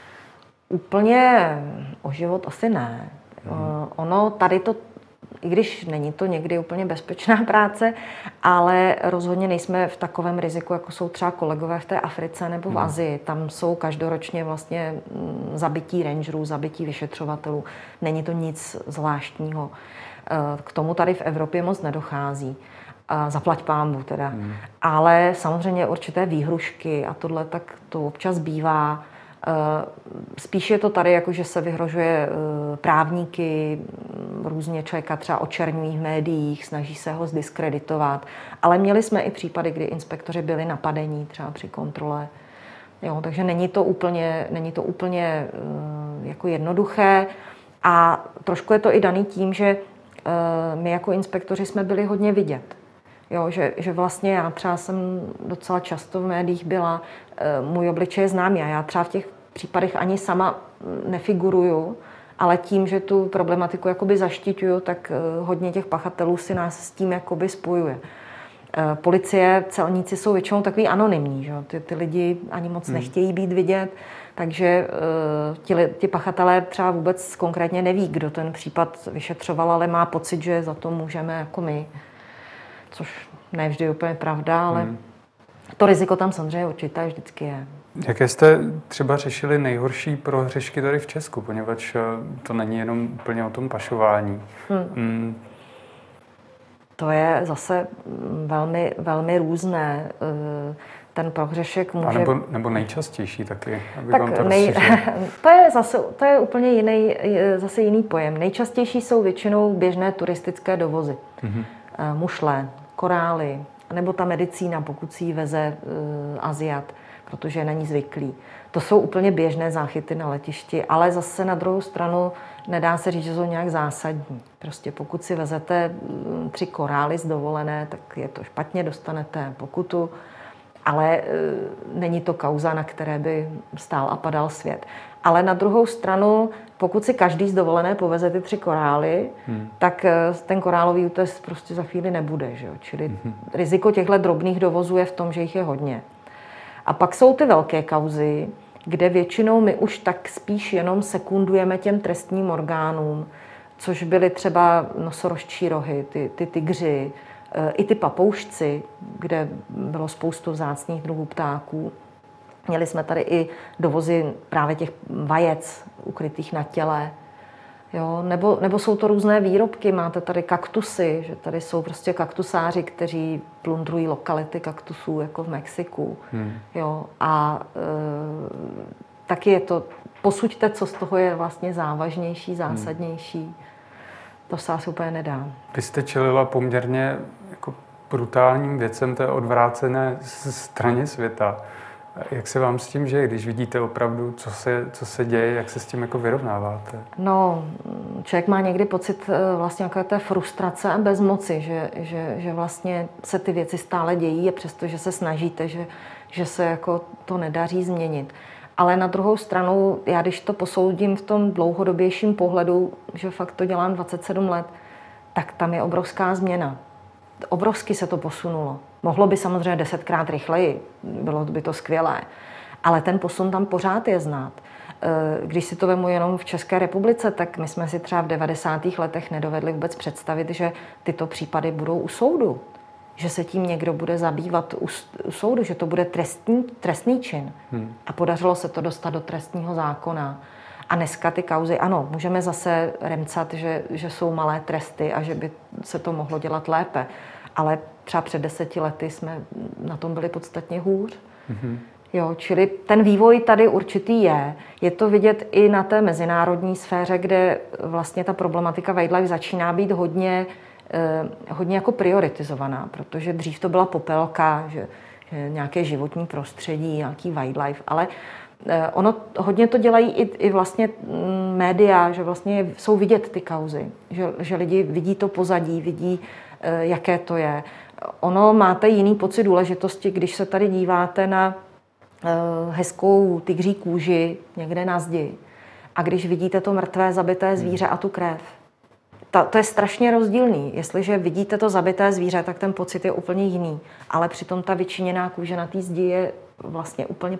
Úplně o život asi ne. Ono tady to, i když není to někdy úplně bezpečná práce, ale rozhodně nejsme v takovém riziku, jako jsou třeba kolegové v té Africe nebo v Asii. Tam jsou každoročně vlastně zabití rangerů, zabití vyšetřovatelů. Není to nic zvláštního. K tomu tady v Evropě moc nedochází. Zaplať pánbu teda. Ale samozřejmě určité výhrušky a tohle, tak to občas bývá. Spíš je to tady, jako že se vyhrožuje právníky, různě člověka třeba očerňují v médiích, snaží se ho zdiskreditovat. Ale měli jsme i případy, kdy inspektoři byli napadení třeba při kontrole. Jo, takže není to úplně jako jednoduché a trošku je to i daný tím, že my jako inspektoři jsme byli hodně vidět. Jo, že vlastně já třeba jsem docela často v médiích byla, můj obličej je známý a já třeba v těch případech ani sama nefiguruju, ale tím, že tu problematiku jakoby zaštiťuju, tak hodně těch pachatelů si nás s tím jakoby spojuje. Policie, celníci jsou většinou takový anonymní, že? Ty lidi ani moc nechtějí být vidět, takže ti pachatelé třeba vůbec konkrétně neví, kdo ten případ vyšetřoval, ale má pocit, že za to můžeme jako my. Což ne vždy je úplně pravda, ale to riziko tam samozřejmě určitě vždycky je. Jaké jste třeba řešili nejhorší prohřešky tady v Česku, poněvadž to není jenom úplně o tom pašování? To je zase velmi, velmi různé. Ten prohřešek může... A nebo nejčastější taky, aby tak vám to to je úplně jiný pojem. Nejčastější jsou většinou běžné turistické dovozy. Mušle, korály, nebo ta medicína, pokud si ji veze Aziat, protože je na ní zvyklý. To jsou úplně běžné záchyty na letišti, ale zase na druhou stranu nedá se říct, že jsou nějak zásadní. Prostě pokud si vezete 3 korály z dovolené, tak je to špatně, dostanete pokutu, ale není to kauza, na které by stál a padal svět. Ale na druhou stranu, pokud si každý z dovolené poveze ty 3 korály, tak ten korálový útes prostě za chvíli nebude. Že jo? Čili riziko těchto drobných dovozů je v tom, že jich je hodně. A pak jsou ty velké kauzy, kde většinou my už tak spíš jenom sekundujeme těm trestním orgánům, což byly třeba nosorožčí rohy, ty tygři, i ty papoušci, kde bylo spoustu vzácných druhů ptáků. Měli jsme tady i dovozy právě těch vajec ukrytých na těle. Jo, nebo jsou to různé výrobky, máte tady kaktusy, že tady jsou prostě kaktusáři, kteří plundrují lokality kaktusů, jako v Mexiku. Jo, a taky je to, posuďte, co z toho je vlastně závažnější, zásadnější. To se asi úplně nedá. Vy jste čelila poměrně jako brutálním věcem té odvrácené straně světa. Jak se vám s tím žije, když vidíte opravdu, co se děje, jak se s tím jako vyrovnáváte? No, člověk má někdy pocit vlastně jako té frustrace a bezmoci, že vlastně se ty věci stále dějí a přesto, že se snažíte, že se jako to nedaří změnit. Ale na druhou stranu, já když to posoudím v tom dlouhodobějším pohledu, že fakt to dělám 27 let, tak tam je obrovská změna. Obrovsky se to posunulo. Mohlo by samozřejmě 10krát rychleji, bylo by to skvělé, ale ten posun tam pořád je znát. Když si to vemu jenom v České republice, tak my jsme si třeba v 90. letech nedovedli vůbec představit, že tyto případy budou u soudu. Že se tím někdo bude zabývat u soudu, že to bude trestný čin. A podařilo se to dostat do trestního zákona. A dneska ty kauzy, ano, můžeme zase remcat, že jsou malé tresty a že by se to mohlo dělat lépe. Ale třeba před 10 lety jsme na tom byli podstatně hůř. Jo, čili ten vývoj tady určitý je. Je to vidět i na té mezinárodní sféře, kde vlastně ta problematika wildlife začíná být hodně jako prioritizovaná, protože dřív to byla popelka, že nějaké životní prostředí, nějaký wildlife, ale ono hodně to dělají i vlastně média, že vlastně jsou vidět ty kauzy, že lidi vidí to pozadí, vidí, jaké to je. Ono máte jiný pocit důležitosti, když se tady díváte na hezkou tygří kůži někde na zdi a když vidíte to mrtvé zabité zvíře a tu krev. To je strašně rozdílný. Jestliže vidíte to zabité zvíře, tak ten pocit je úplně jiný. Ale přitom ta vyčiněná kůže na té zdi je vlastně úplně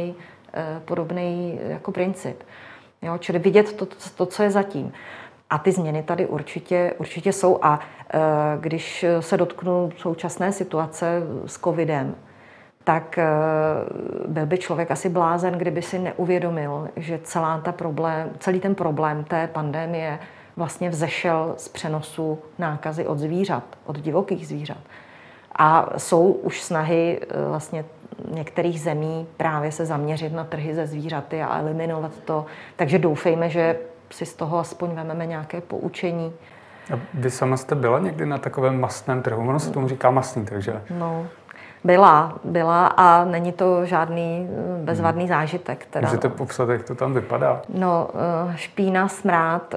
podobný jako princip. Jo? Čili vidět to, co je zatím. A ty změny tady určitě jsou. A když se dotknu současné situace s covidem, tak byl by člověk asi blázen, kdyby si neuvědomil, že celý ten problém té pandemie vlastně vzešel z přenosu nákazy od zvířat, od divokých zvířat. A jsou už snahy vlastně některých zemí právě se zaměřit na trhy ze zvířaty a eliminovat to. Takže doufejme, že si z toho aspoň vezmeme nějaké poučení. A vy sama jste byla někdy na takovém mastném trhu? Ono se tomu říká mastný trh, že? No, byla a není to žádný bezvadný zážitek. Teda. Můžete popsat, jak to tam vypadá? No, špína, smrad,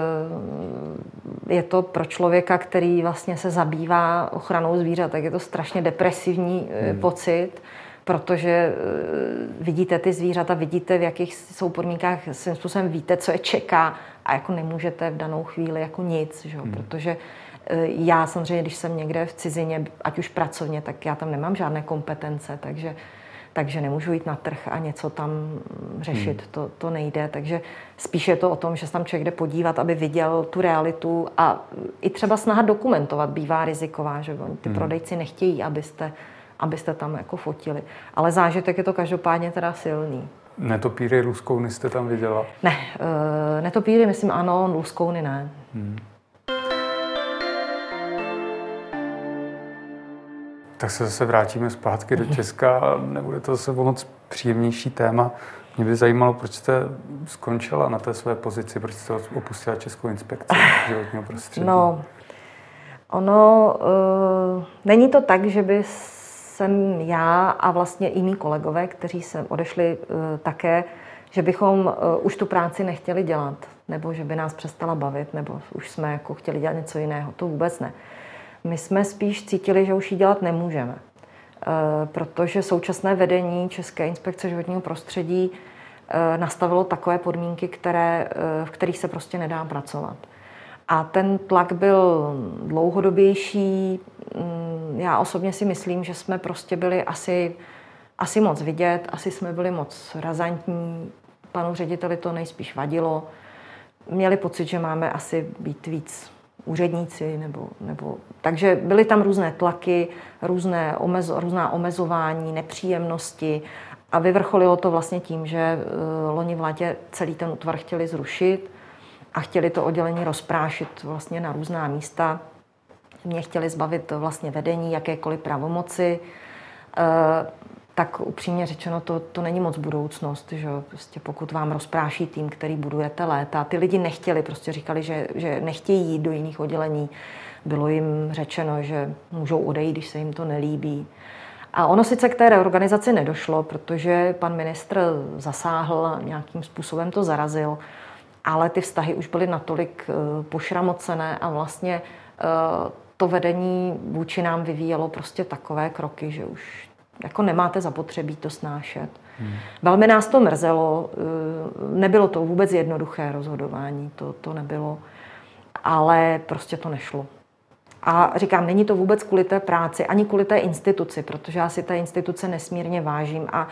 je to pro člověka, který vlastně se zabývá ochranou zvířat, tak je to strašně depresivní pocit, protože vidíte ty zvířata, vidíte, v jakých jsou podmínkách, svým způsobem víte, co je čeká a jako nemůžete v danou chvíli jako nic, že? Protože já samozřejmě, když jsem někde v cizině, ať už pracovně, tak já tam nemám žádné kompetence, takže nemůžu jít na trh a něco tam řešit, to nejde. Takže spíš je to o tom, že se tam člověk jde podívat, aby viděl tu realitu a i třeba snaha dokumentovat bývá riziková, že ty prodejci nechtějí, abyste tam jako fotili. Ale zážitek je to každopádně teda silný. Netopíry, luskouny jste tam viděla? Ne, netopíry myslím ano, luskouny ne. Tak se zase vrátíme zpátky do Česka a nebude to zase moc příjemnější téma. Mě by zajímalo, proč jste skončila na té své pozici, proč jste opustila Českou inspekci životního prostředí. No, ono není to tak, že by jsem já a vlastně i mý kolegové, kteří sem odešli také, že bychom už tu práci nechtěli dělat, nebo že by nás přestala bavit, nebo už jsme jako chtěli dělat něco jiného. To vůbec ne. My jsme spíš cítili, že už ji dělat nemůžeme, protože současné vedení České inspekce životního prostředí nastavilo takové podmínky, v kterých se prostě nedá pracovat. A ten tlak byl dlouhodobější. Já osobně si myslím, že jsme prostě byli asi moc vidět, asi jsme byli moc razantní. Panu řediteli to nejspíš vadilo. Měli pocit, že máme asi být víc úředníci, takže byly tam různé tlaky, různá omezování, nepříjemnosti a vyvrcholilo to vlastně tím, že loni v létě celý ten útvar chtěli zrušit a chtěli to oddělení rozprášit vlastně na různá místa. Mě chtěli zbavit vlastně vedení, jakékoliv pravomoci. tak upřímně řečeno to není moc budoucnost, že prostě pokud vám rozpráší tým, který budujete léta. Ty lidi nechtěli, prostě říkali, že nechtějí jít do jiných oddělení. Bylo jim řečeno, že můžou odejít, když se jim to nelíbí. A ono sice k té reorganizaci nedošlo, protože pan ministr zasáhl a nějakým způsobem to zarazil, ale ty vztahy už byly natolik pošramocené a vlastně to vedení vůči nám vyvíjelo prostě takové kroky, že už jako nemáte zapotřebí to snášet. Velmi nás to mrzelo, nebylo to vůbec jednoduché rozhodování, to nebylo, ale prostě to nešlo. A říkám, není to vůbec kvůli té práci, ani kvůli té instituci, protože já si té instituce nesmírně vážím a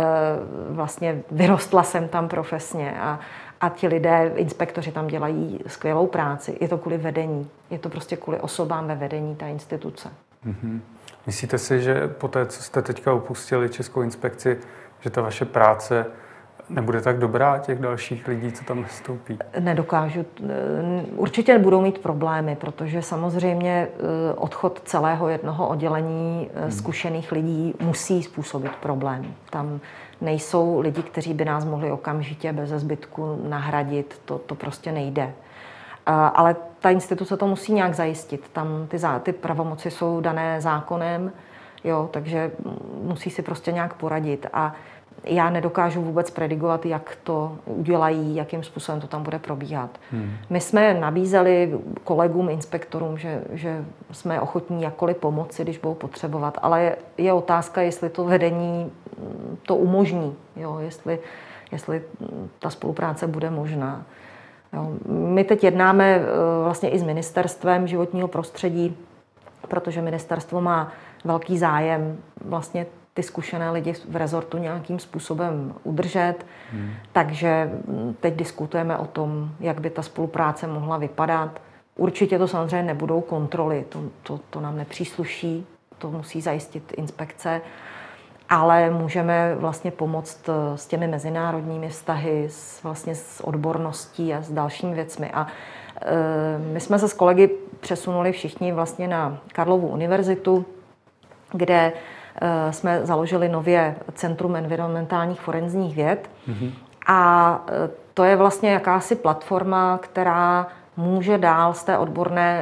vlastně vyrostla jsem tam profesně a ti lidé, inspektoři tam dělají skvělou práci. Je to kvůli vedení, je to prostě kvůli osobám ve vedení té instituce. Mm-hmm. Myslíte si, že po té, co jste teďka opustili Českou inspekci, že ta vaše práce nebude tak dobrá těch dalších lidí, co tam nastoupí? Nedokážu. Určitě budou mít problémy, protože samozřejmě odchod celého jednoho oddělení zkušených lidí musí způsobit problém. Tam nejsou lidi, kteří by nás mohli okamžitě bez zbytku nahradit. To prostě nejde. Ale ta instituce to musí nějak zajistit. Tam ty pravomoci jsou dané zákonem, jo, takže musí si prostě nějak poradit. A já nedokážu vůbec predigovat, jak to udělají, jakým způsobem to tam bude probíhat. My jsme nabízeli kolegům, inspektorům, že jsme ochotní jakkoliv pomoci, když budou potřebovat, ale je otázka, jestli to vedení to umožní, jo, jestli ta spolupráce bude možná. Jo. My teď jednáme vlastně i s Ministerstvem životního prostředí, protože ministerstvo má velký zájem vlastně ty zkušené lidi v rezortu nějakým způsobem udržet. Takže teď diskutujeme o tom, jak by ta spolupráce mohla vypadat. Určitě to samozřejmě nebudou kontroly, to nám nepřísluší, to musí zajistit inspekce, ale můžeme vlastně pomoct s těmi mezinárodními vztahy, vlastně s odborností a s dalšími věcmi. A my jsme se s kolegy přesunuli všichni vlastně na Karlovu univerzitu, kde jsme založili nově Centrum environmentálních forenzních věd. A to je vlastně jakási platforma, která může dál z té odborné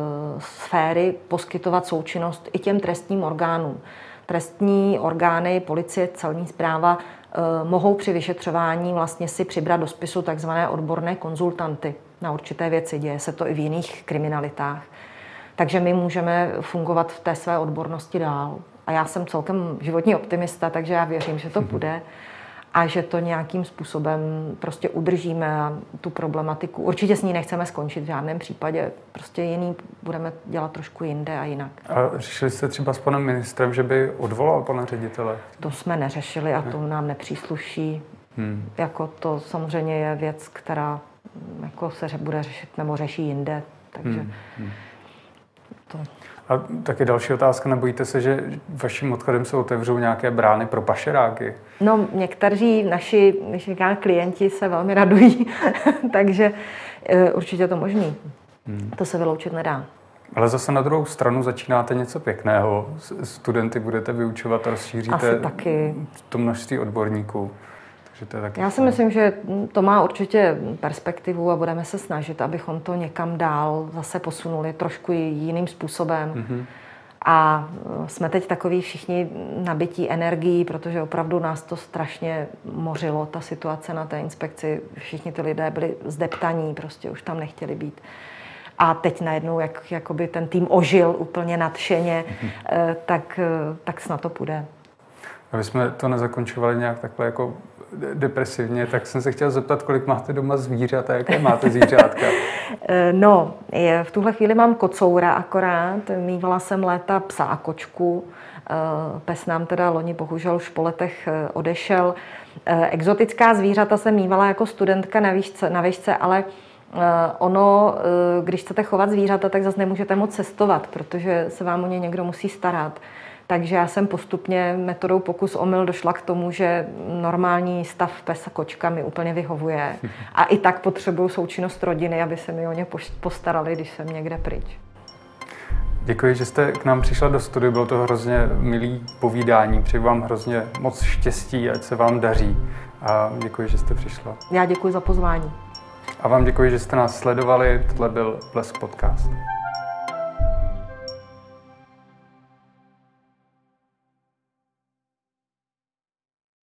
sféry poskytovat součinnost i těm trestním orgánům. Trestní orgány, policie, celní správa mohou při vyšetřování vlastně si přibrat do spisu takzvané odborné konzultanty na určité věci. Děje se to i v jiných kriminalitách. Takže my můžeme fungovat v té své odbornosti dál. A já jsem celkem životní optimista, takže já věřím, že to bude a že to nějakým způsobem prostě udržíme a tu problematiku. Určitě s ní nechceme skončit v žádném případě. Prostě jiný budeme dělat trošku jinde a jinak. A řešili jste třeba s panem ministrem, že by odvolal pana ředitele? To jsme neřešili a to nám nepřísluší. Jako to samozřejmě je věc, která jako se bude řešit nebo řeší jinde. Takže to... A taky další otázka, nebojíte se, že vaším odchodem se otevřou nějaké brány pro pašeráky? No, někteří naši, když říkám, klienti se velmi radují, takže určitě to možný. To se vyloučit nedá. Ale zase na druhou stranu začínáte něco pěkného. Studenty budete vyučovat a rozšíříte to množství odborníků. Já si myslím, že to má určitě perspektivu a budeme se snažit, abychom to někam dál zase posunuli trošku jiným způsobem. A jsme teď takový všichni nabití energií, protože opravdu nás to strašně mořilo, ta situace na té inspekci. Všichni ty lidé byli zdeptaní, prostě už tam nechtěli být. A teď najednou, jakoby ten tým ožil úplně nadšeně, tak snad to půjde. Aby jsme to nezakončovali nějak takhle jako depresivně, tak jsem se chtěl zeptat, kolik máte doma zvířat a jaké máte zvířátka? No, v tuhle chvíli mám kocoura akorát. Mívala jsem léta psa a kočku. Pes nám teda loni bohužel už po letech odešel. Exotická zvířata jsem mívala jako studentka na výšce, ale ono, když chcete chovat zvířata, tak zase nemůžete moc cestovat, protože se vám o ně někdo musí starat. Takže já jsem postupně metodou pokus omyl došla k tomu, že normální stav pes a kočka mi úplně vyhovuje. A i tak potřebuju součinnost rodiny, aby se mi o ně postarali, když jsem někde pryč. Děkuji, že jste k nám přišla do studia, bylo to hrozně milý povídání, přeji vám hrozně moc štěstí, ať se vám daří a děkuji, že jste přišla. Já děkuji za pozvání. A vám děkuji, že jste nás sledovali, tohle byl Blesk Podcast.